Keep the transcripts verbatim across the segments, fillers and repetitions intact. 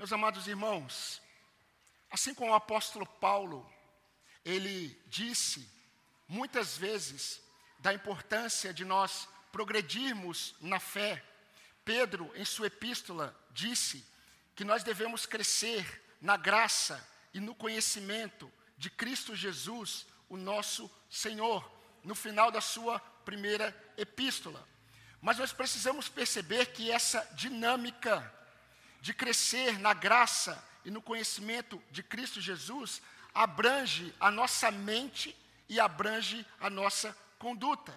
Meus amados irmãos, assim como o apóstolo Paulo, ele disse muitas vezes da importância de nós progredirmos na fé, Pedro, em sua epístola, disse que nós devemos crescer na graça e no conhecimento de Cristo Jesus, o nosso Senhor, no final da sua primeira epístola. Mas nós precisamos perceber que essa dinâmica de crescer na graça e no conhecimento de Cristo Jesus abrange a nossa mente e abrange a nossa conduta.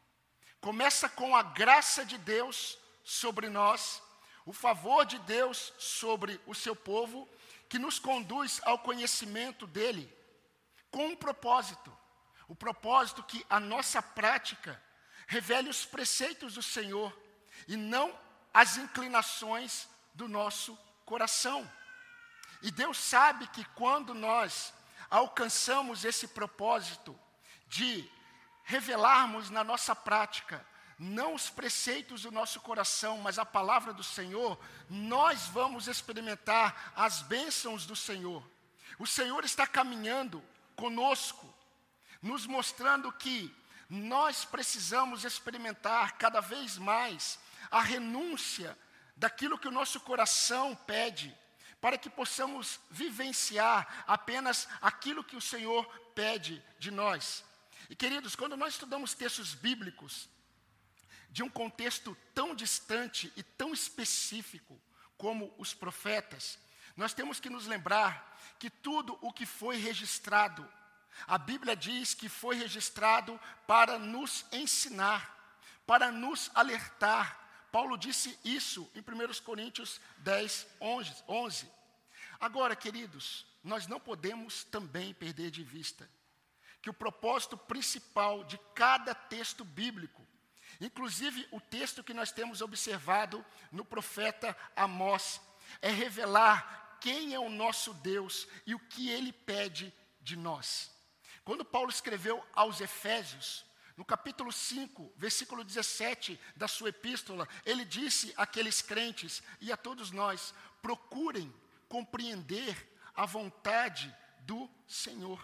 Começa com a graça de Deus sobre nós, o favor de Deus sobre o seu povo, que nos conduz ao conhecimento dele, com um propósito. O propósito que a nossa prática revele os preceitos do Senhor e não as inclinações do nosso coração. E Deus sabe que quando nós alcançamos esse propósito de revelarmos na nossa prática, não os preceitos do nosso coração, mas a palavra do Senhor, nós vamos experimentar as bênçãos do Senhor. O Senhor está caminhando conosco, nos mostrando que nós precisamos experimentar cada vez mais a renúncia daquilo que o nosso coração pede, para que possamos vivenciar apenas aquilo que o Senhor pede de nós. E queridos, quando nós estudamos textos bíblicos, de um contexto tão distante e tão específico como os profetas, nós temos que nos lembrar que tudo o que foi registrado, a Bíblia diz que foi registrado para nos ensinar, para nos alertar. Paulo disse isso em primeira Coríntios dez, onze. Agora, queridos, nós não podemos também perder de vista que o propósito principal de cada texto bíblico, inclusive o texto que nós temos observado no profeta Amós, é revelar quem é o nosso Deus e o que Ele pede de nós. Quando Paulo escreveu aos Efésios, no capítulo cinco, versículo dezessete da sua epístola, ele disse àqueles crentes e a todos nós: procurem compreender a vontade do Senhor.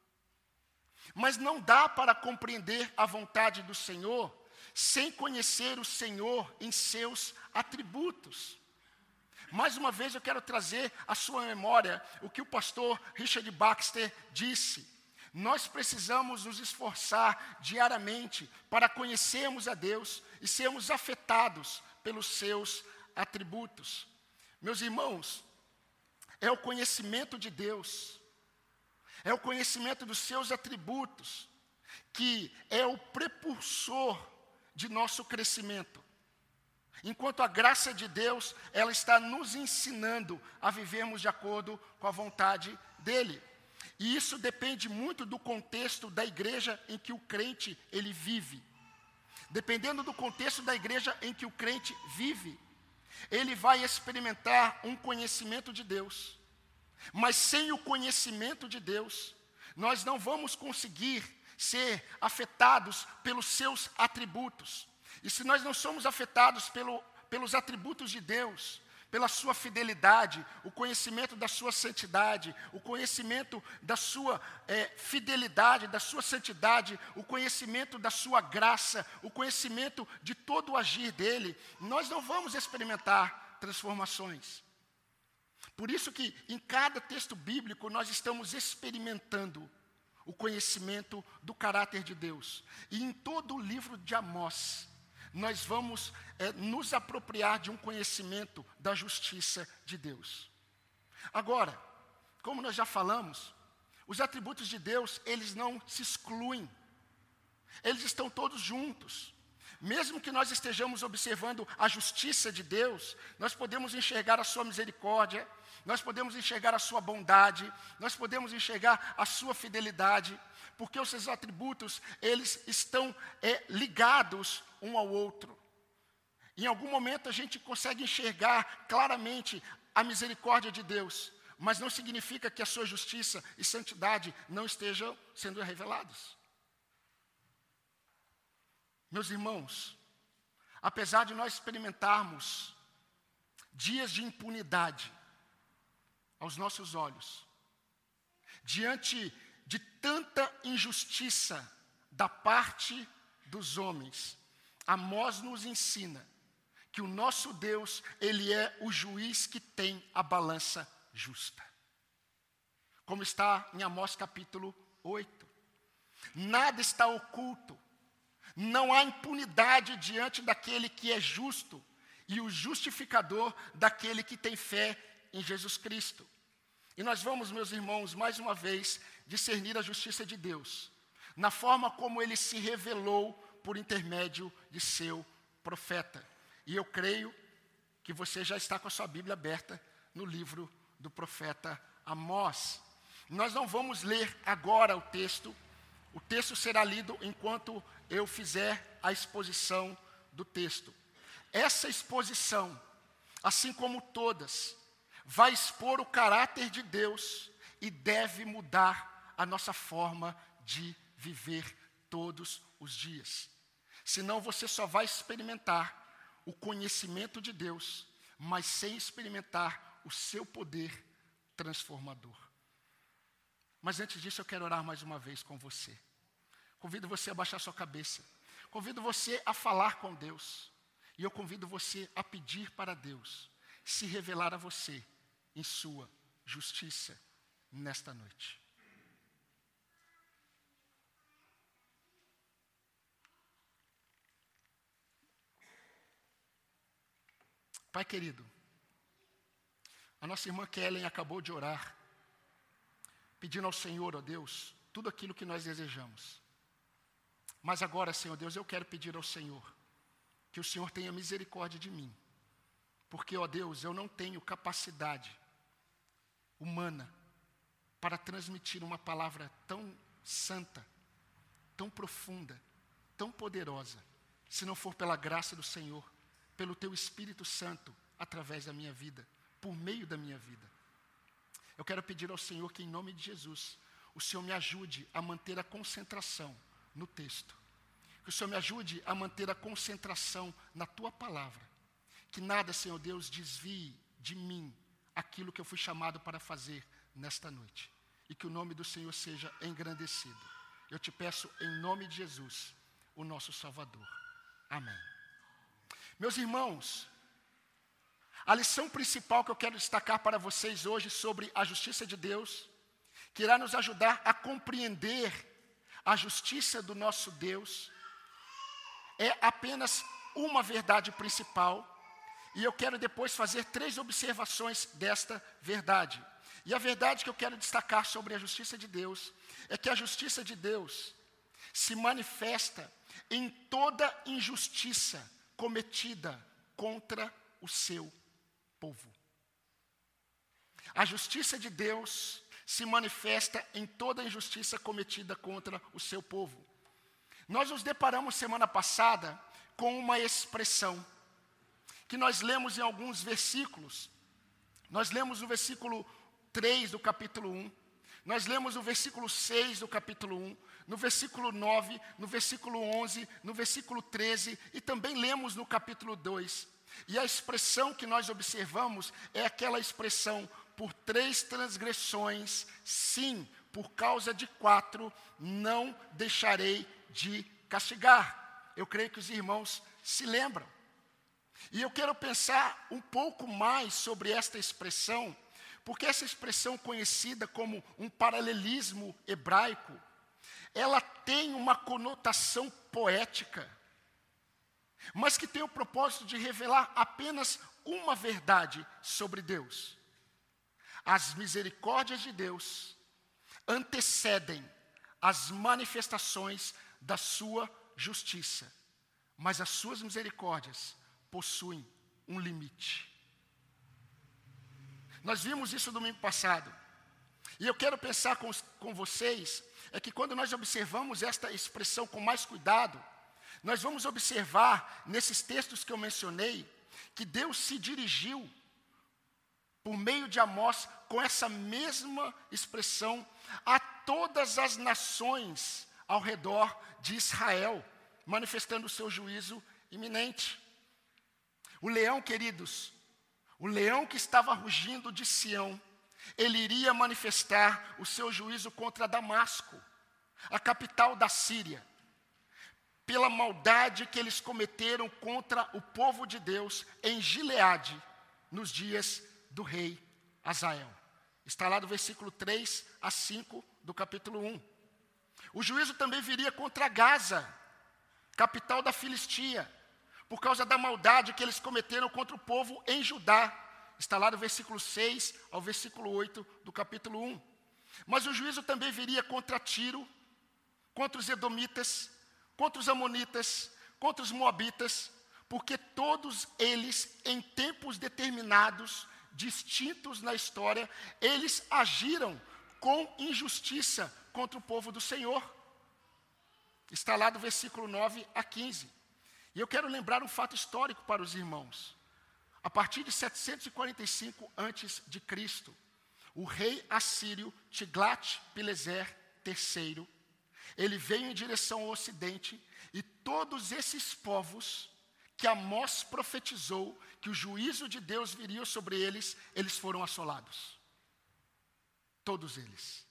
Mas não dá para compreender a vontade do Senhor sem conhecer o Senhor em seus atributos. Mais uma vez eu quero trazer à sua memória o que o pastor Richard Baxter disse. Nós precisamos nos esforçar diariamente para conhecermos a Deus e sermos afetados pelos seus atributos. Meus irmãos, é o conhecimento de Deus, é o conhecimento dos seus atributos, que é o prepulsor de nosso crescimento. Enquanto a graça de Deus, ela está nos ensinando a vivermos de acordo com a vontade dEle. E isso depende muito do contexto da igreja em que o crente ele vive. Dependendo do contexto da igreja em que o crente vive, ele vai experimentar um conhecimento de Deus. Mas sem o conhecimento de Deus, nós não vamos conseguir ser afetados pelos seus atributos. E se nós não somos afetados pelo, pelos atributos de Deus, pela sua fidelidade, o conhecimento da sua santidade, o conhecimento da sua é, fidelidade, da sua santidade, o conhecimento da sua graça, o conhecimento de todo o agir dele, nós não vamos experimentar transformações. Por isso que em cada texto bíblico nós estamos experimentando o conhecimento do caráter de Deus. E em todo o livro de Amós, nós vamos é, nos apropriar de um conhecimento da justiça de Deus. Agora, como nós já falamos, os atributos de Deus, eles não se excluem. Eles estão todos juntos. Mesmo que nós estejamos observando a justiça de Deus, nós podemos enxergar a sua misericórdia, nós podemos enxergar a sua bondade, nós podemos enxergar a sua fidelidade, porque os seus atributos, eles estão é, ligados um ao outro. Em algum momento a gente consegue enxergar claramente a misericórdia de Deus, mas não significa que a sua justiça e santidade não estejam sendo revelados. Meus irmãos, apesar de nós experimentarmos dias de impunidade, aos nossos olhos, diante de tanta injustiça da parte dos homens, Amós nos ensina que o nosso Deus, Ele é o juiz que tem a balança justa. Como está em Amós capítulo oito. Nada está oculto. Não há impunidade diante daquele que é justo e o justificador daquele que tem fé em Jesus Cristo. E nós vamos, meus irmãos, mais uma vez, discernir a justiça de Deus, na forma como Ele se revelou por intermédio de seu profeta. E eu creio que você já está com a sua Bíblia aberta no livro do profeta Amós. Nós não vamos ler agora o texto, o texto será lido enquanto eu fizer a exposição do texto. Essa exposição, assim como todas, vai expor o caráter de Deus e deve mudar a nossa forma de viver todos os dias. Senão você só vai experimentar o conhecimento de Deus, mas sem experimentar o seu poder transformador. Mas antes disso eu quero orar mais uma vez com você. Convido você a baixar sua cabeça. Convido você a falar com Deus. E eu convido você a pedir para Deus se revelar a você em sua justiça nesta noite. Pai querido, a nossa irmã Kellen acabou de orar, pedindo ao Senhor, ó Deus, tudo aquilo que nós desejamos. Mas agora, Senhor Deus, eu quero pedir ao Senhor que o Senhor tenha misericórdia de mim. Porque, ó Deus, eu não tenho capacidade humana para transmitir uma palavra tão santa, tão profunda, tão poderosa, se não for pela graça do Senhor, pelo Teu Espírito Santo, através da minha vida, por meio da minha vida. Eu quero pedir ao Senhor que, em nome de Jesus, o Senhor me ajude a manter a concentração no texto. Que o Senhor me ajude a manter a concentração na Tua palavra. Que nada, Senhor Deus, desvie de mim aquilo que eu fui chamado para fazer nesta noite. E que o nome do Senhor seja engrandecido. Eu te peço em nome de Jesus, o nosso Salvador. Amém. Meus irmãos, a lição principal que eu quero destacar para vocês hoje sobre a justiça de Deus, que irá nos ajudar a compreender a justiça do nosso Deus, é apenas uma verdade principal, e eu quero depois fazer três observações desta verdade. E a verdade que eu quero destacar sobre a justiça de Deus é que a justiça de Deus se manifesta em toda injustiça cometida contra o seu povo. A justiça de Deus se manifesta em toda injustiça cometida contra o seu povo. Nós nos deparamos semana passada com uma expressão que nós lemos em alguns versículos. Nós lemos o versículo três do capítulo um, nós lemos o versículo seis do capítulo um, no versículo nove, no versículo onze, no versículo treze e também lemos no capítulo dois. E a expressão que nós observamos é aquela expressão: por três transgressões, sim, por causa de quatro, não deixarei de castigar. Eu creio que os irmãos se lembram. E eu quero pensar um pouco mais sobre esta expressão, porque essa expressão conhecida como um paralelismo hebraico, ela tem uma conotação poética, mas que tem o propósito de revelar apenas uma verdade sobre Deus. As misericórdias de Deus antecedem as manifestações da sua justiça, mas as suas misericórdias possuem um limite. Nós vimos isso domingo passado. E eu quero pensar com, com vocês, é que quando nós observamos esta expressão com mais cuidado, nós vamos observar nesses textos que eu mencionei, que Deus se dirigiu, por meio de Amós, com essa mesma expressão, a todas as nações ao redor de Israel, manifestando o seu juízo iminente. O leão, queridos, o leão que estava rugindo de Sião, ele iria manifestar o seu juízo contra Damasco, a capital da Síria, pela maldade que eles cometeram contra o povo de Deus em Gileade, nos dias do rei Azael. Está lá do versículo três a cinco do capítulo um. O juízo também viria contra Gaza, capital da Filistia, por causa da maldade que eles cometeram contra o povo em Judá. Está lá do versículo seis ao versículo oito do capítulo um. Mas o juízo também viria contra Tiro, contra os edomitas, contra os amonitas, contra os moabitas, porque todos eles, em tempos determinados, distintos na história, eles agiram com injustiça contra o povo do Senhor. Está lá do versículo nove a quinze. E eu quero lembrar um fato histórico para os irmãos. A partir de setecentos e quarenta e cinco antes de Cristo, o rei assírio Tiglat-Pileser terceiro, ele veio em direção ao ocidente, e todos esses povos que Amós profetizou que o juízo de Deus viria sobre eles, eles foram assolados. Todos eles.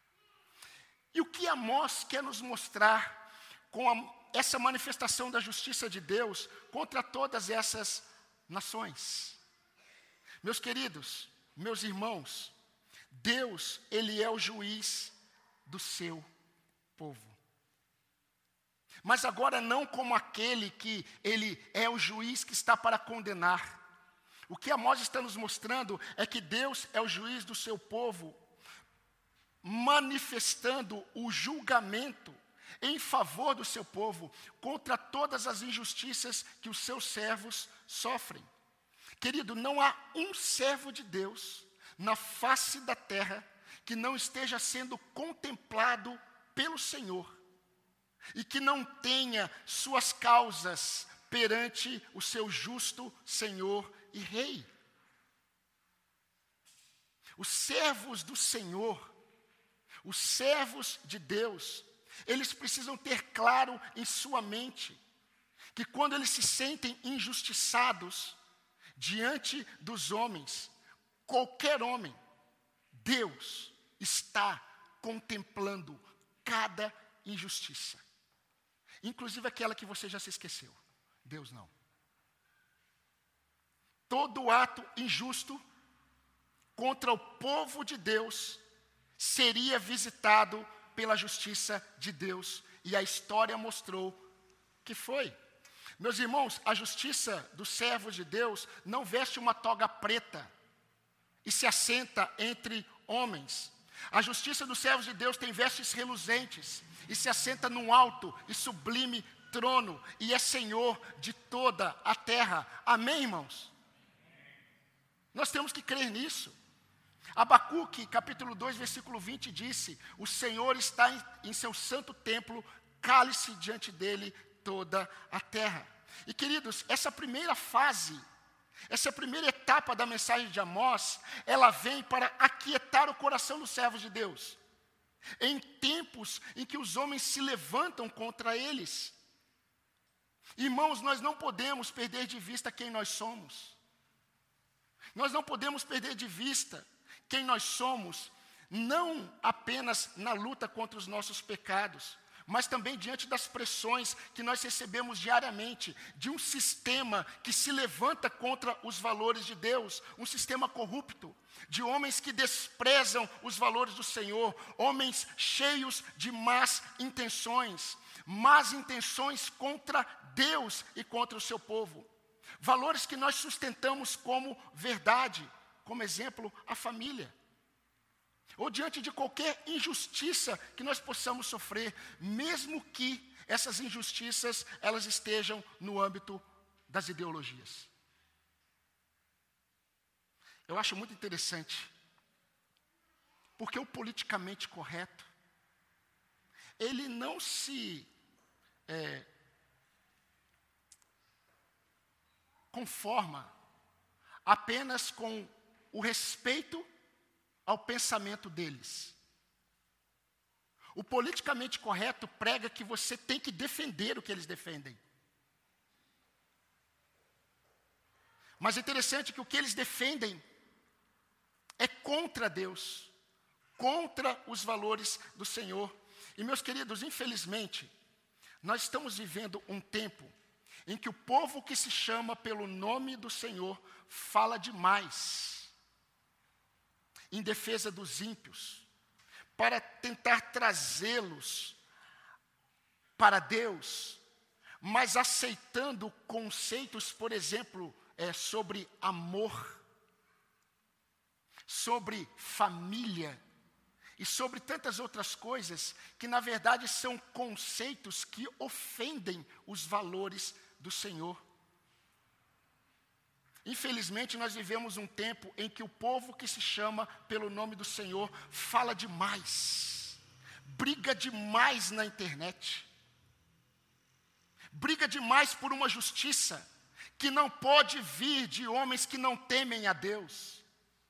E o que Amós quer nos mostrar com a, essa manifestação da justiça de Deus contra todas essas nações? Meus queridos, meus irmãos, Deus, Ele é o juiz do seu povo. Mas agora não como aquele que Ele é o juiz que está para condenar. O que Amós está nos mostrando é que Deus é o juiz do seu povo, manifestando o julgamento em favor do seu povo, contra todas as injustiças que os seus servos sofrem. Querido, não há um servo de Deus na face da terra que não esteja sendo contemplado pelo Senhor e que não tenha suas causas perante o seu justo Senhor e Rei. Os servos do Senhor, os servos de Deus, eles precisam ter claro em sua mente que quando eles se sentem injustiçados diante dos homens, qualquer homem, Deus está contemplando cada injustiça, inclusive aquela que você já se esqueceu. Deus não. Todo ato injusto contra o povo de Deus seria visitado pela justiça de Deus, e a história mostrou que foi. Meus irmãos, a justiça dos servos de Deus não veste uma toga preta e se assenta entre homens. A justiça dos servos de Deus tem vestes reluzentes e se assenta num alto e sublime trono, e é Senhor de toda a terra. Amém, irmãos? Nós temos que crer nisso. Abacuque, capítulo dois, versículo vinte, disse: o Senhor está em, em seu santo templo, cale-se diante dele toda a terra. E queridos, essa primeira fase, essa primeira etapa da mensagem de Amós, ela vem para aquietar o coração dos servos de Deus, em tempos em que os homens se levantam contra eles. Irmãos, nós não podemos perder de vista quem nós somos. Nós não podemos perder de vista quem nós somos, não apenas na luta contra os nossos pecados, mas também diante das pressões que nós recebemos diariamente, de um sistema que se levanta contra os valores de Deus, um sistema corrupto, de homens que desprezam os valores do Senhor, homens cheios de más intenções, más intenções contra Deus e contra o seu povo. Valores que nós sustentamos como verdade, como exemplo, a família. Ou diante de qualquer injustiça que nós possamos sofrer, mesmo que essas injustiças, elas estejam no âmbito das ideologias. Eu acho muito interessante, porque o politicamente correto, ele não se é, conforma apenas com o respeito ao pensamento deles. O politicamente correto prega que você tem que defender o que eles defendem. Mas é interessante que o que eles defendem é contra Deus, contra os valores do Senhor. E, meus queridos, infelizmente, nós estamos vivendo um tempo em que o povo que se chama pelo nome do Senhor fala demais em defesa dos ímpios, para tentar trazê-los para Deus, mas aceitando conceitos, por exemplo, é, sobre amor, sobre família e sobre tantas outras coisas que, na verdade, são conceitos que ofendem os valores do Senhor. Infelizmente, nós vivemos um tempo em que o povo que se chama pelo nome do Senhor fala demais, briga demais na internet, briga demais por uma justiça que não pode vir de homens que não temem a Deus.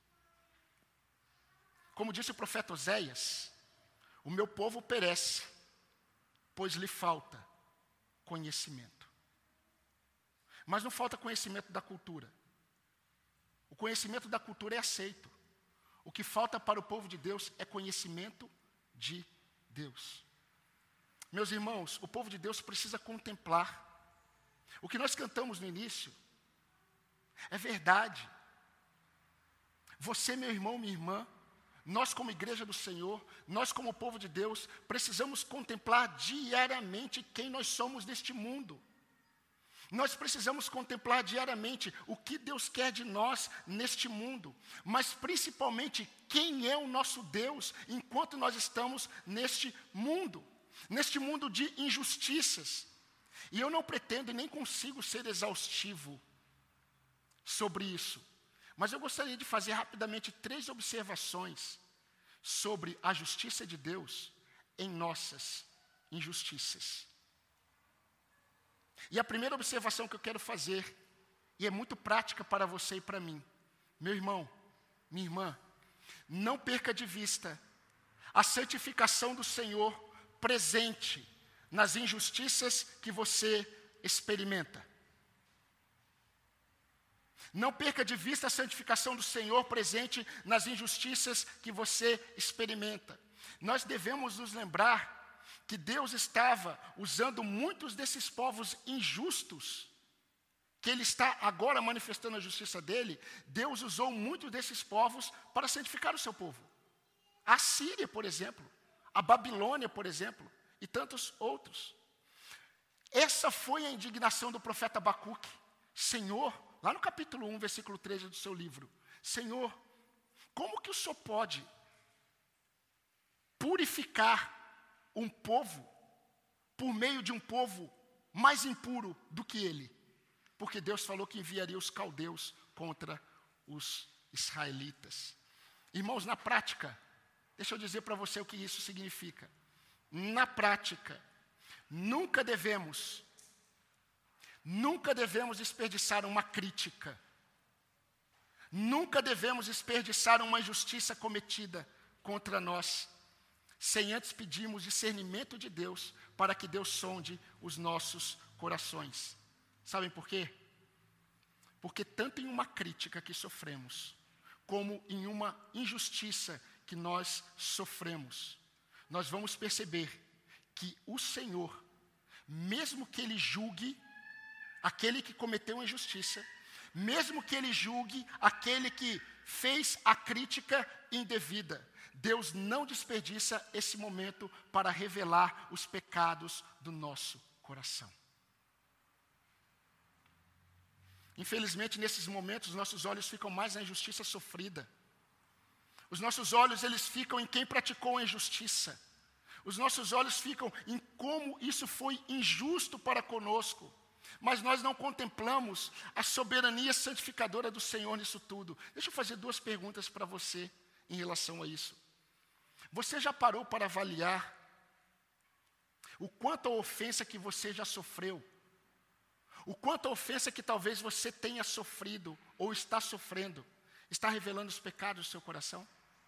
Como disse o profeta Oséias, o meu povo perece, pois lhe falta conhecimento. Mas não falta conhecimento da cultura. O conhecimento da cultura é aceito. O que falta para o povo de Deus é conhecimento de Deus. Meus irmãos, o povo de Deus precisa contemplar. O que nós cantamos no início é verdade. Você, meu irmão, minha irmã, nós como igreja do Senhor, nós como povo de Deus, precisamos contemplar diariamente quem nós somos neste mundo. Nós precisamos contemplar diariamente o que Deus quer de nós neste mundo, mas principalmente quem é o nosso Deus enquanto nós estamos neste mundo, neste mundo de injustiças. E eu não pretendo e nem consigo ser exaustivo sobre isso, mas eu gostaria de fazer rapidamente três observações sobre a justiça de Deus em nossas injustiças. E a primeira observação que eu quero fazer, e é muito prática para você e para mim, meu irmão, minha irmã, não perca de vista a santificação do Senhor presente nas injustiças que você experimenta. Não perca de vista a santificação do Senhor presente nas injustiças que você experimenta. Nós devemos nos lembrar que Deus estava usando muitos desses povos injustos, que Ele está agora manifestando a justiça dEle. Deus usou muitos desses povos para santificar o seu povo. A Síria, por exemplo, a Babilônia, por exemplo, e tantos outros. Essa foi a indignação do profeta Abacuque. Senhor, lá no capítulo um, versículo treze do seu livro, Senhor, como que o Senhor pode purificar um povo por meio de um povo mais impuro do que ele? Porque Deus falou que enviaria os caldeus contra os israelitas. Irmãos, na prática, deixa eu dizer para você o que isso significa. Na prática, nunca devemos, nunca devemos desperdiçar uma crítica. Nunca devemos desperdiçar uma injustiça cometida contra nós, sem antes pedirmos discernimento de Deus, para que Deus sonde os nossos corações. Sabem por quê? Porque tanto em uma crítica que sofremos, como em uma injustiça que nós sofremos, nós vamos perceber que o Senhor, mesmo que Ele julgue aquele que cometeu a injustiça, mesmo que Ele julgue aquele que fez a crítica indevida, Deus não desperdiça esse momento para revelar os pecados do nosso coração. Infelizmente, nesses momentos, nossos olhos ficam mais na injustiça sofrida. Os nossos olhos, eles ficam em quem praticou a injustiça. Os nossos olhos ficam em como isso foi injusto para conosco. Mas nós não contemplamos a soberania santificadora do Senhor nisso tudo. Deixa eu fazer duas perguntas para você em relação a isso. Você já parou para avaliar o quanto a ofensa que você já sofreu, o quanto a ofensa que talvez você tenha sofrido ou está sofrendo, está revelando os pecados do seu coração?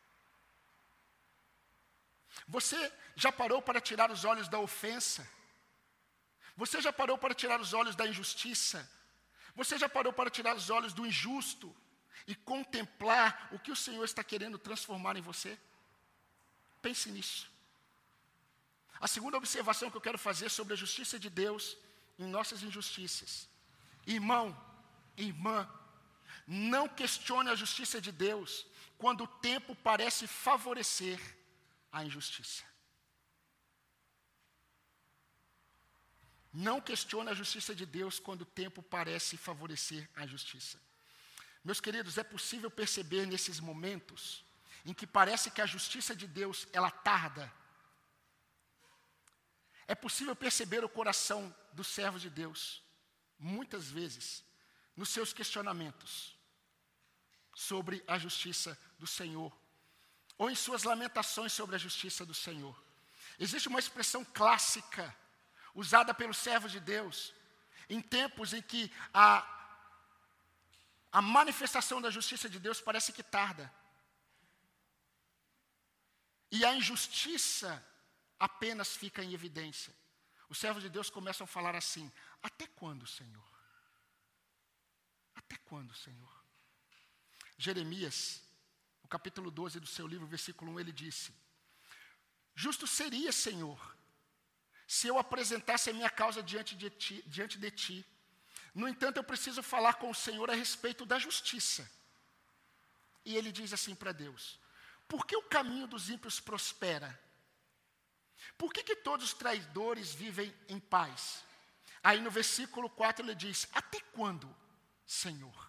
Você já parou para tirar os olhos da ofensa? Você já parou para tirar os olhos da injustiça? Você já parou para tirar os olhos do injusto? e contemplar o que o Senhor está querendo transformar em você? Pense nisso. A segunda observação que eu quero fazer sobre a justiça de Deus em nossas injustiças. Irmão, irmã, não questione a justiça de Deus quando o tempo parece favorecer a injustiça. Não questione a justiça de Deus quando o tempo parece favorecer a injustiça. Meus queridos, é possível perceber nesses momentos em que parece que a justiça de Deus, ela tarda. É possível perceber o coração dos servos de Deus, muitas vezes, nos seus questionamentos sobre a justiça do Senhor, ou em suas lamentações sobre a justiça do Senhor. Existe uma expressão clássica, usada pelos servos de Deus, em tempos em que a, a manifestação da justiça de Deus parece que tarda. E a injustiça apenas fica em evidência. Os servos de Deus começam a falar assim: até quando, Senhor? Até quando, Senhor? Jeremias, no capítulo doze do seu livro, versículo um, ele disse: justo seria, Senhor, se eu apresentasse a minha causa diante de ti, diante de ti. No entanto, eu preciso falar com o Senhor a respeito da justiça. E ele diz assim para Deus: por que o caminho dos ímpios prospera? Por que que todos os traidores vivem em paz? Aí no versículo quatro ele diz: até quando, Senhor?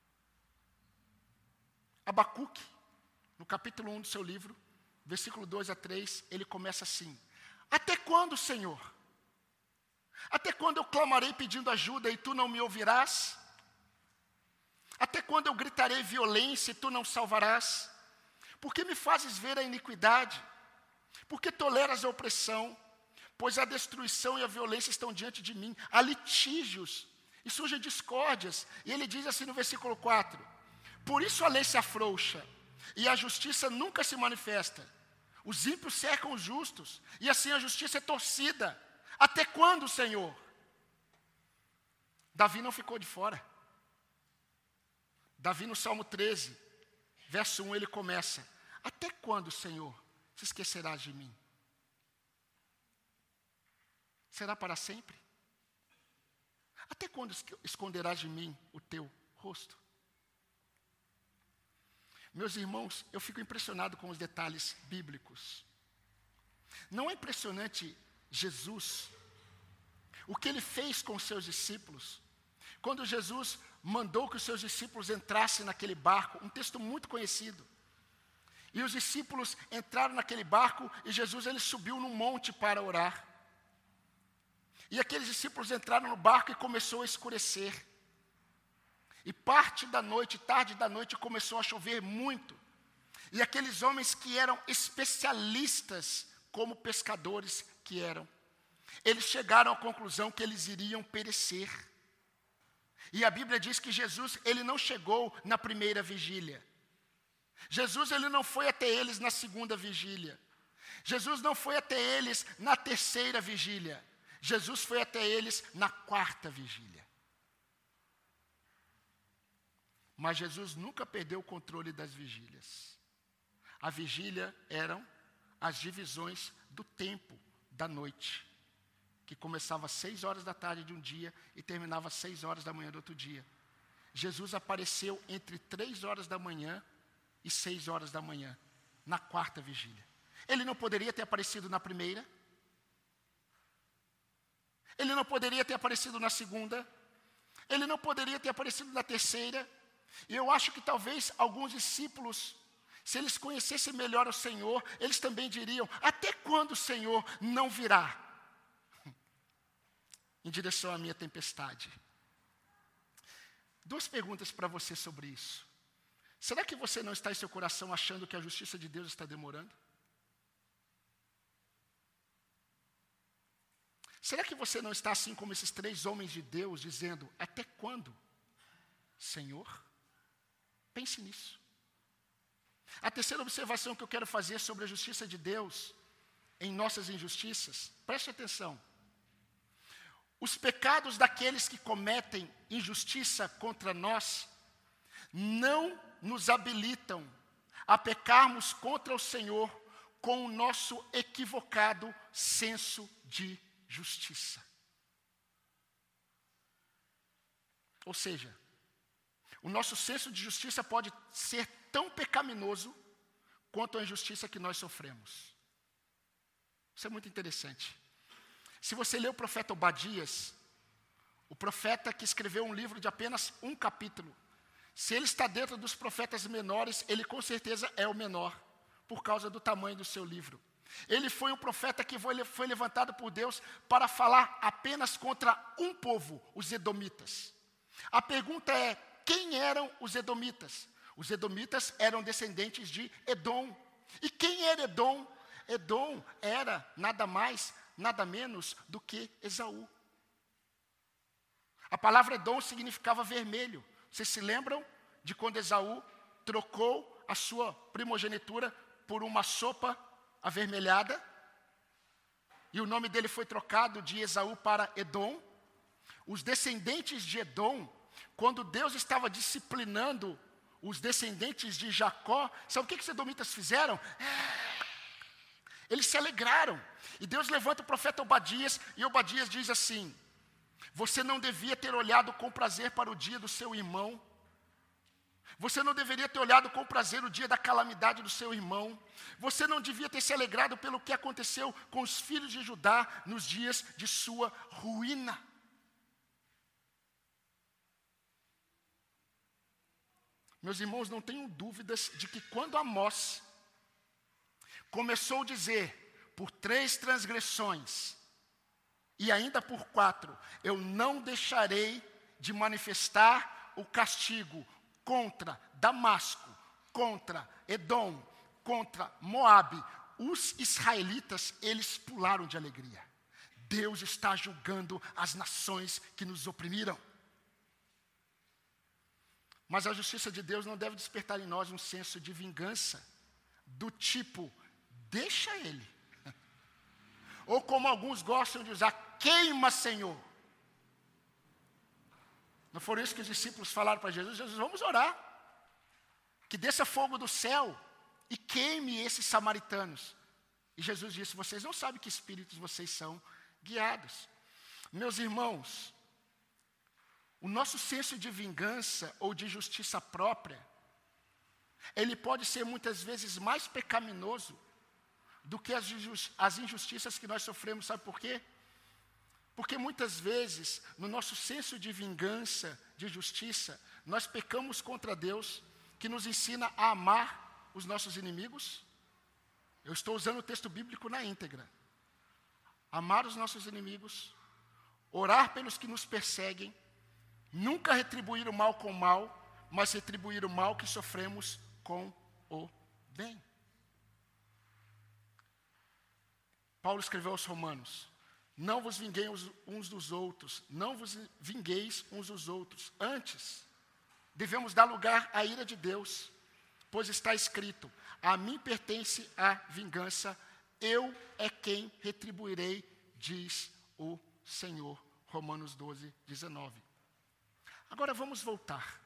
Abacuque, no capítulo um do seu livro, versículo dois a três, ele começa assim: até quando, Senhor? Até quando eu clamarei pedindo ajuda e tu não me ouvirás? Até quando eu gritarei violência e tu não salvarás? Por que me fazes ver a iniquidade? Por que toleras a opressão? Pois a destruição e a violência estão diante de mim. Há litígios e surgem discórdias. E ele diz assim no versículo quatro: por isso a lei se afrouxa e a justiça nunca se manifesta. Os ímpios cercam os justos, e assim a justiça é torcida. Até quando, Senhor? Davi não ficou de fora. Davi no Salmo treze, verso um, ele começa: até quando, Senhor, se esquecerás de mim? Será para sempre? Até quando esconderás de mim o teu rosto? Meus irmãos, eu fico impressionado com os detalhes bíblicos. Não é impressionante Jesus, o que ele fez com os seus discípulos, quando Jesus mandou que os seus discípulos entrassem naquele barco, um texto muito conhecido. E os discípulos entraram naquele barco e Jesus ele subiu num monte para orar. E aqueles discípulos entraram no barco e começou a escurecer. E parte da noite, tarde da noite, começou a chover muito. E aqueles homens que eram especialistas, como pescadores que eram, eles chegaram à conclusão que eles iriam perecer. E a Bíblia diz que Jesus, ele não chegou na primeira vigília. Jesus, ele não foi até eles na segunda vigília. Jesus não foi até eles na terceira vigília. Jesus foi até eles na quarta vigília. Mas Jesus nunca perdeu o controle das vigílias. A vigília eram as divisões do tempo da noite, que começava às seis horas da tarde de um dia e terminava às seis horas da manhã do outro dia. Jesus apareceu entre três horas da manhã e seis horas da manhã, na quarta vigília. Ele não poderia ter aparecido na primeira? Ele não poderia ter aparecido na segunda? Ele não poderia ter aparecido na terceira? E eu acho que talvez alguns discípulos, se eles conhecessem melhor o Senhor, eles também diriam: até quando o Senhor não virá em direção à minha tempestade? Duas perguntas para você sobre isso. Será que você não está em seu coração achando que a justiça de Deus está demorando? Será que você não está assim como esses três homens de Deus, dizendo: até quando, Senhor? Pense nisso. A terceira observação que eu quero fazer sobre a justiça de Deus em nossas injustiças, preste atenção. Os pecados daqueles que cometem injustiça contra nós não nos habilitam a pecarmos contra o Senhor com o nosso equivocado senso de justiça. Ou seja, o nosso senso de justiça pode ser tão pecaminoso quanto a injustiça que nós sofremos. Isso é muito interessante. Se você ler o profeta Obadias, o profeta que escreveu um livro de apenas um capítulo, se ele está dentro dos profetas menores, ele com certeza é o menor, por causa do tamanho do seu livro. Ele foi um profeta que foi levantado por Deus para falar apenas contra um povo, os edomitas. A pergunta é, quem eram os edomitas? Os edomitas eram descendentes de Edom. E quem era Edom? Edom era nada mais, nada menos do que Esaú. A palavra Edom significava vermelho. Vocês se lembram de quando Esaú trocou a sua primogenitura por uma sopa avermelhada? E o nome dele foi trocado de Esaú para Edom. Os descendentes de Edom, quando Deus estava disciplinando os descendentes de Jacó, sabe o que, que os edomitas fizeram? Eles se alegraram. E Deus levanta o profeta Obadias, e Obadias diz assim: você não devia ter olhado com prazer para o dia do seu irmão. Você não deveria ter olhado com prazer o dia da calamidade do seu irmão. Você não devia ter se alegrado pelo que aconteceu com os filhos de Judá nos dias de sua ruína. Meus irmãos, não tenham dúvidas de que quando Amós começou a dizer, por três transgressões, e ainda por quatro, eu não deixarei de manifestar o castigo contra Damasco, contra Edom, contra Moabe. Os israelitas, eles pularam de alegria. Deus está julgando as nações que nos oprimiram. Mas a justiça de Deus não deve despertar em nós um senso de vingança, do tipo, deixa ele. Ou como alguns gostam de usar, queima, Senhor. Não foi isso que os discípulos falaram para Jesus? Jesus, vamos orar. Que desça fogo do céu e queime esses samaritanos. E Jesus disse, vocês não sabem que espíritos vocês são guiados. Meus irmãos, o nosso senso de vingança ou de justiça própria, ele pode ser muitas vezes mais pecaminoso do que as injustiças que nós sofremos. Sabe por quê? Porque muitas vezes, no nosso senso de vingança, de justiça, nós pecamos contra Deus, que nos ensina a amar os nossos inimigos. Eu estou usando o texto bíblico na íntegra. Amar os nossos inimigos, orar pelos que nos perseguem, nunca retribuir o mal com o mal, mas retribuir o mal que sofremos com o bem. Paulo escreveu aos Romanos, não vos vingueis uns dos outros, não vos vingueis uns dos outros. Antes, devemos dar lugar à ira de Deus, pois está escrito, a mim pertence a vingança, eu é quem retribuirei, diz o Senhor. Romanos doze, dezenove. Agora vamos voltar.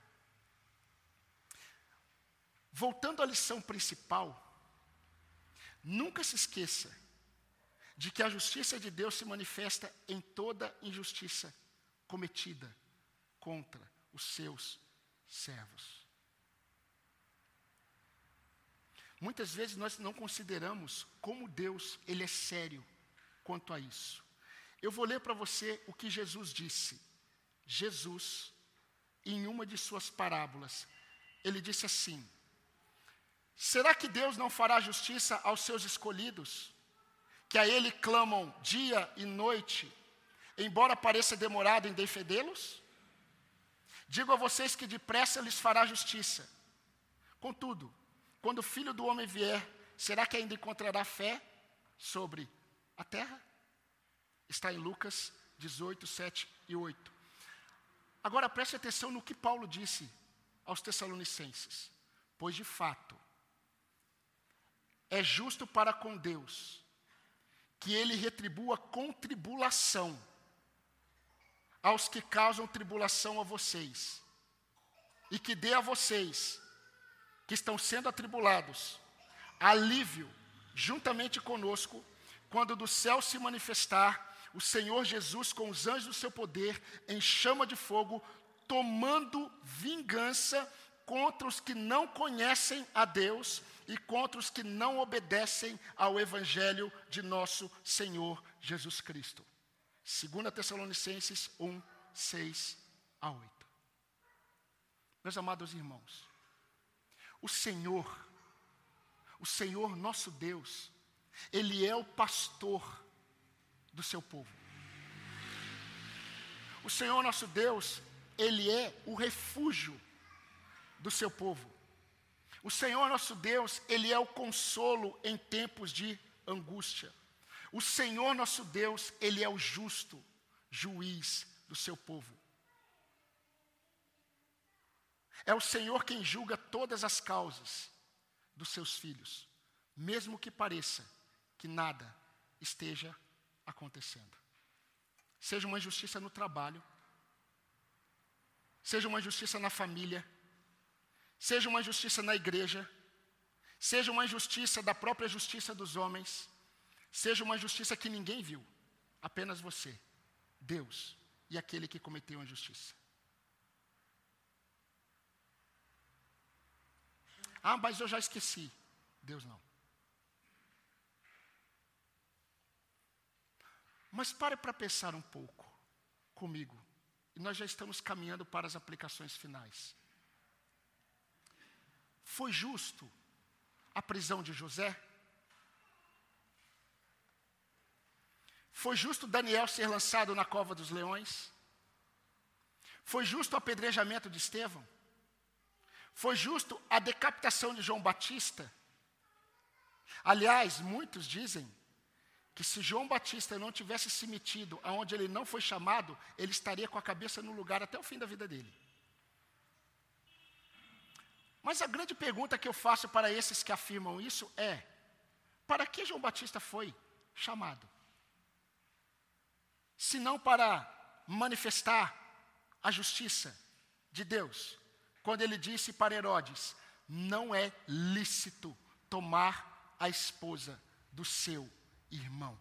Voltando à lição principal, nunca se esqueça de que a justiça de Deus se manifesta em toda injustiça cometida contra os seus servos. Muitas vezes nós não consideramos como Deus, Ele é sério quanto a isso. Eu vou ler para você o que Jesus disse. Jesus, em uma de suas parábolas, ele disse assim, será que Deus não fará justiça aos seus escolhidos, que a Ele clamam dia e noite, embora pareça demorado em defendê-los? Digo a vocês que depressa lhes fará justiça. Contudo, quando o Filho do Homem vier, será que ainda encontrará fé sobre a terra? Está em Lucas dezoito, sete e oito. Agora preste atenção no que Paulo disse aos Tessalonicenses. Pois de fato, é justo para com Deus que Ele retribua com tribulação aos que causam tribulação a vocês, e que dê a vocês, que estão sendo atribulados, alívio juntamente conosco, quando do céu se manifestar o Senhor Jesus com os anjos do seu poder, em chama de fogo, tomando vingança contra os que não conhecem a Deus e contra os que não obedecem ao Evangelho de nosso Senhor Jesus Cristo. Segunda Tessalonicenses um, seis a oito. Meus amados irmãos, o Senhor, o Senhor nosso Deus, Ele é o pastor do seu povo. O Senhor nosso Deus, Ele é o refúgio do seu povo. O Senhor nosso Deus, Ele é o consolo em tempos de angústia. O Senhor nosso Deus, Ele é o justo juiz do seu povo. É o Senhor quem julga todas as causas dos seus filhos, mesmo que pareça que nada esteja acontecendo. Seja uma injustiça no trabalho, seja uma injustiça na família, seja uma injustiça na igreja, seja uma injustiça da própria justiça dos homens, seja uma injustiça que ninguém viu, apenas você, Deus e aquele que cometeu a injustiça. Ah, mas eu já esqueci. Deus não. Mas pare para pensar um pouco comigo. E nós já estamos caminhando para as aplicações finais. Foi justo a prisão de José? Foi justo Daniel ser lançado na cova dos leões? Foi justo o apedrejamento de Estevão? Foi justo a decapitação de João Batista? Aliás, muitos dizem que se João Batista não tivesse se metido aonde ele não foi chamado, ele estaria com a cabeça no lugar até o fim da vida dele. Mas a grande pergunta que eu faço para esses que afirmam isso é: para que João Batista foi chamado? Se não para manifestar a justiça de Deus, quando ele disse para Herodes: não é lícito tomar a esposa do seu irmão.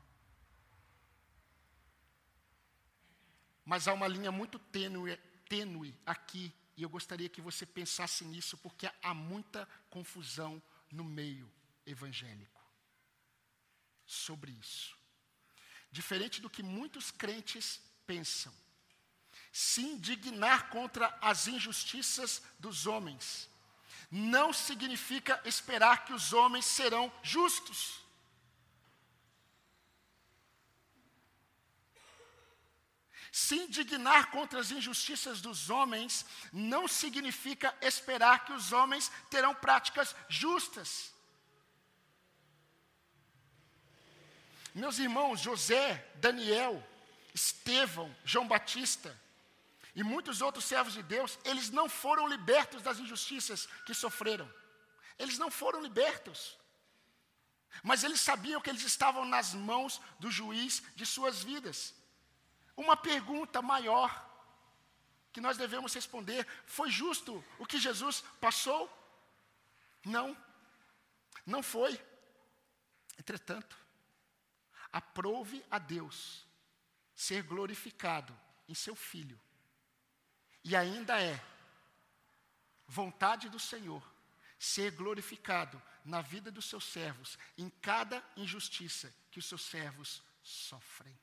Mas há uma linha muito tênue, tênue aqui, e eu gostaria que você pensasse nisso, porque há muita confusão no meio evangélico sobre isso. Diferente do que muitos crentes pensam, se indignar contra as injustiças dos homens não significa esperar que os homens serão justos. Se indignar contra as injustiças dos homens não significa esperar que os homens terão práticas justas. Meus irmãos, José, Daniel, Estevão, João Batista e muitos outros servos de Deus, eles não foram libertos das injustiças que sofreram. Eles não foram libertos. Mas eles sabiam que eles estavam nas mãos do juiz de suas vidas. Uma pergunta maior que nós devemos responder: foi justo o que Jesus passou? Não, não foi. Entretanto, aprove a Deus ser glorificado em seu Filho. E ainda é vontade do Senhor ser glorificado na vida dos seus servos, em cada injustiça que os seus servos sofrem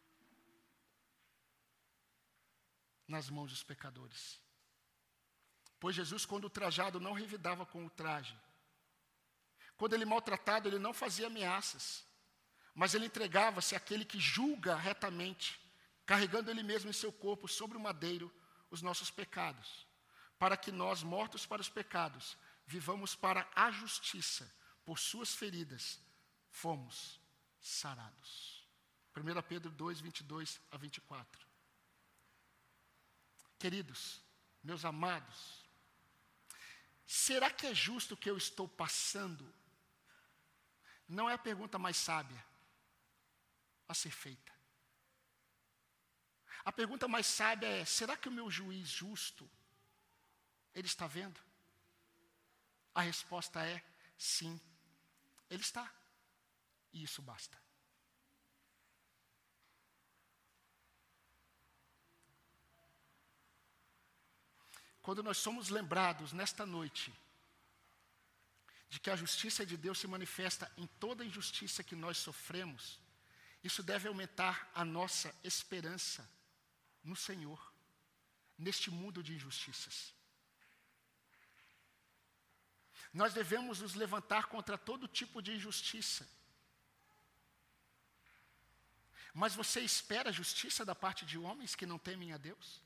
nas mãos dos pecadores. Pois Jesus, quando ultrajado, não revidava com ultraje. Quando ele maltratado, ele não fazia ameaças, mas ele entregava-se àquele que julga retamente, carregando ele mesmo em seu corpo sobre o madeiro os nossos pecados, para que nós, mortos para os pecados, vivamos para a justiça. Por suas feridas fomos sarados. primeira Pedro dois, vinte e dois a vinte e quatro. Queridos, meus amados, será que é justo o que eu estou passando? Não é a pergunta mais sábia a ser feita. A pergunta mais sábia é: será que o meu juiz justo Ele está vendo? A resposta é sim, Ele está. E isso basta. Quando nós somos lembrados nesta noite de que a justiça de Deus se manifesta em toda injustiça que nós sofremos, isso deve aumentar a nossa esperança no Senhor, neste mundo de injustiças. Nós devemos nos levantar contra todo tipo de injustiça. Mas você espera justiça da parte de homens que não temem a Deus?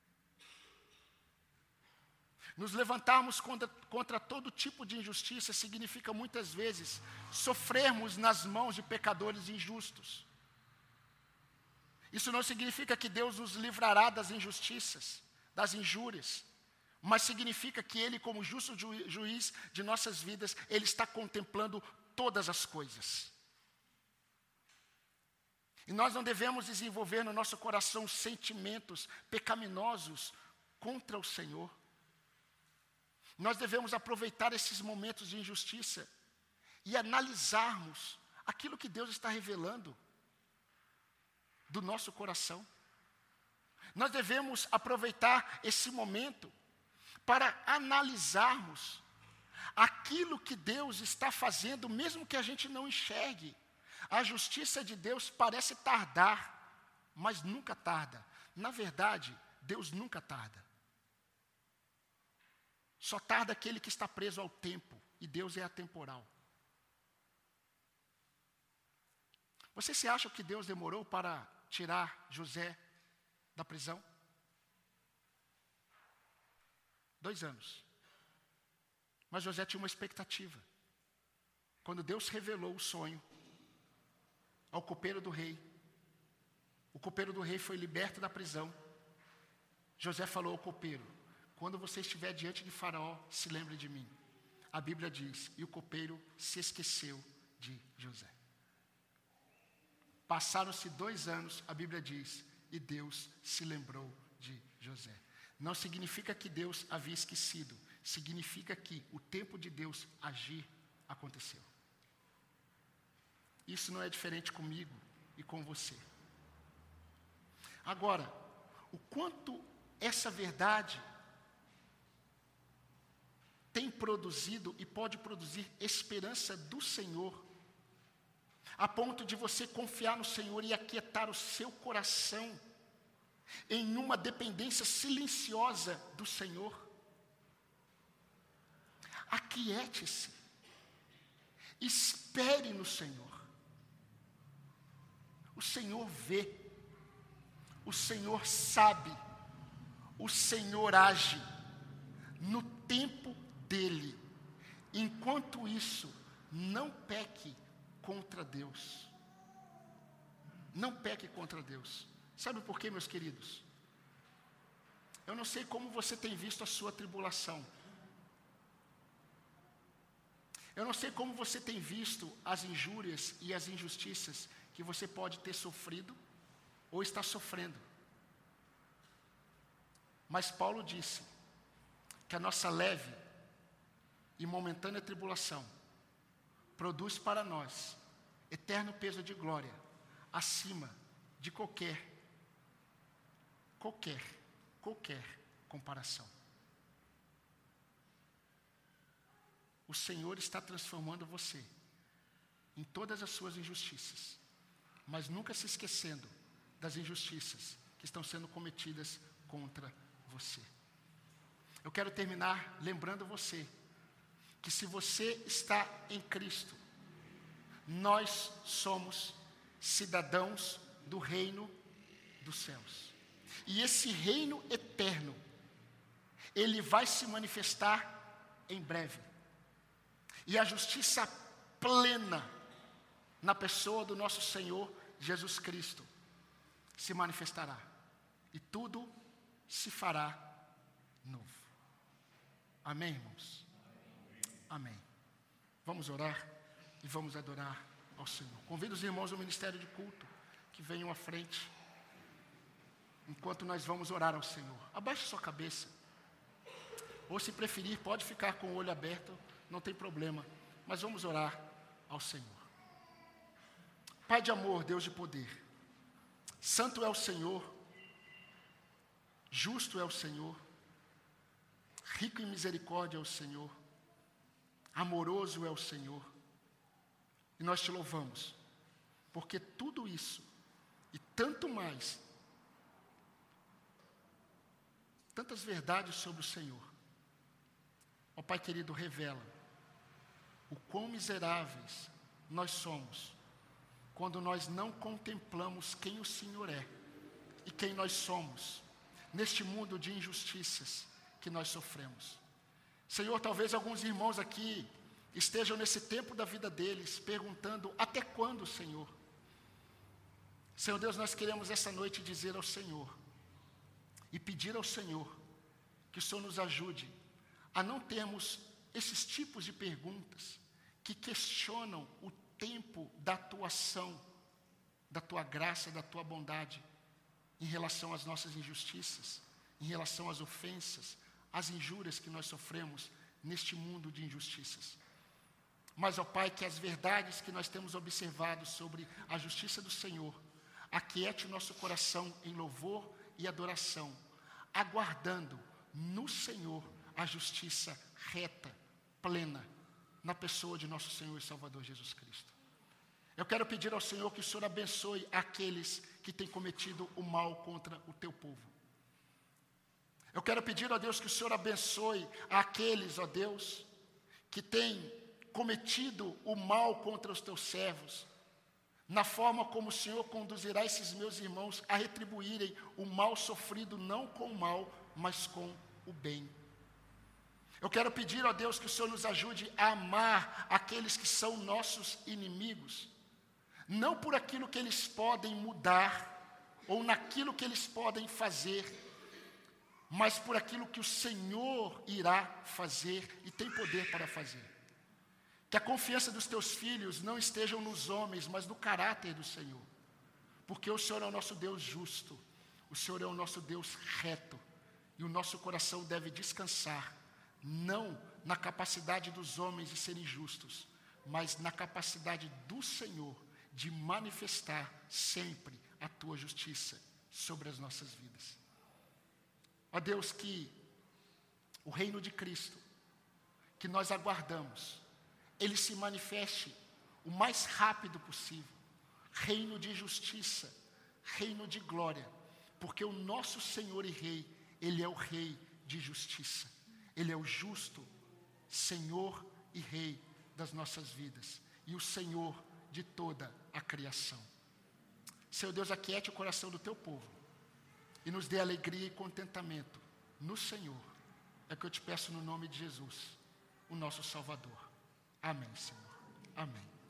Nos levantarmos contra, contra todo tipo de injustiça significa muitas vezes sofrermos nas mãos de pecadores injustos. Isso não significa que Deus nos livrará das injustiças, das injúrias, mas significa que Ele, como justo ju- juiz de nossas vidas, Ele está contemplando todas as coisas. E nós não devemos desenvolver no nosso coração sentimentos pecaminosos contra o Senhor. Nós devemos aproveitar esses momentos de injustiça e analisarmos aquilo que Deus está revelando do nosso coração. Nós devemos aproveitar esse momento para analisarmos aquilo que Deus está fazendo, mesmo que a gente não enxergue. A justiça de Deus parece tardar, mas nunca tarda. Na verdade, Deus nunca tarda. Só tarda aquele que está preso ao tempo, e Deus é atemporal. Você se acha que Deus demorou para tirar José da prisão? Dois anos. Mas José tinha uma expectativa. Quando Deus revelou o sonho ao copeiro do rei, o copeiro do rei foi liberto da prisão. José falou ao copeiro: quando você estiver diante de Faraó, se lembre de mim. A Bíblia diz, e o copeiro se esqueceu de José. Passaram-se dois anos, a Bíblia diz, e Deus se lembrou de José. Não significa que Deus havia esquecido, significa que o tempo de Deus agir aconteceu. Isso não é diferente comigo e com você. Agora, o quanto essa verdade tem produzido e pode produzir esperança do Senhor, a ponto de você confiar no Senhor e aquietar o seu coração em uma dependência silenciosa do Senhor. Aquiete-se, espere no Senhor. O Senhor vê, o Senhor sabe, o Senhor age no tempo dele. Enquanto isso, não peque contra Deus. Não peque contra Deus. Sabe por quê, meus queridos? Eu não sei como você tem visto a sua tribulação. Eu não sei como você tem visto as injúrias e as injustiças que você pode ter sofrido ou está sofrendo. Mas Paulo disse que a nossa leve e momentânea tribulação produz para nós eterno peso de glória acima de qualquer, qualquer, qualquer comparação. O Senhor está transformando você em todas as suas injustiças, mas nunca se esquecendo das injustiças que estão sendo cometidas contra você. Eu quero terminar lembrando você que se você está em Cristo, nós somos cidadãos do reino dos céus. E esse reino eterno, ele vai se manifestar em breve. E a justiça plena na pessoa do nosso Senhor Jesus Cristo se manifestará. E tudo se fará novo. Amém, irmãos? Amém. Vamos orar e vamos adorar ao Senhor. Convido os irmãos do Ministério de Culto que venham à frente, enquanto nós vamos orar ao Senhor. Abaixe sua cabeça. ou se preferir, pode ficar com o olho aberto, não tem problema. Mas vamos orar ao Senhor. Pai de amor, Deus de poder, santo é o Senhor, justo é o Senhor, rico em misericórdia é o Senhor, amoroso é o Senhor. E nós te louvamos, porque tudo isso e tanto mais, tantas verdades sobre o Senhor, ó Pai querido, revela o quão miseráveis nós somos quando nós não contemplamos quem o Senhor é e quem nós somos neste mundo de injustiças que nós sofremos. Senhor, talvez alguns irmãos aqui estejam nesse tempo da vida deles perguntando: até quando, Senhor? Senhor Deus, nós queremos essa noite dizer ao Senhor e pedir ao Senhor que o Senhor nos ajude a não termos esses tipos de perguntas que questionam o tempo da tua ação, da tua graça, da tua bondade em relação às nossas injustiças, em relação às ofensas, às injúrias que nós sofremos neste mundo de injustiças. Mas, ó Pai, que as verdades que nós temos observado sobre a justiça do Senhor aquiete o nosso coração em louvor e adoração, aguardando no Senhor a justiça reta, plena, na pessoa de nosso Senhor e Salvador Jesus Cristo. Eu quero pedir ao Senhor que o Senhor abençoe aqueles que têm cometido o mal contra o teu povo. Eu quero pedir, ó Deus, que o Senhor abençoe aqueles, ó Deus, que têm cometido o mal contra os teus servos, na forma como o Senhor conduzirá esses meus irmãos a retribuírem o mal sofrido, não com o mal, mas com o bem. Eu quero pedir, ó Deus, que o Senhor nos ajude a amar aqueles que são nossos inimigos, não por aquilo que eles podem mudar, ou naquilo que eles podem fazer, mas por aquilo que o Senhor irá fazer e tem poder para fazer. Que a confiança dos teus filhos não esteja nos homens, mas no caráter do Senhor. Porque o Senhor é o nosso Deus justo, o Senhor é o nosso Deus reto, e o nosso coração deve descansar, não na capacidade dos homens de serem justos, mas na capacidade do Senhor de manifestar sempre a tua justiça sobre as nossas vidas. Ó Deus, que o reino de Cristo, que nós aguardamos, ele se manifeste o mais rápido possível, reino de justiça, reino de glória, porque o nosso Senhor e Rei, ele é o Rei de justiça, ele é o justo Senhor e Rei das nossas vidas, e o Senhor de toda a criação. Senhor Deus, aquiete o coração do teu povo, e nos dê alegria e contentamento no Senhor, é o que eu te peço no nome de Jesus, o nosso Salvador. Amém, Senhor. Amém.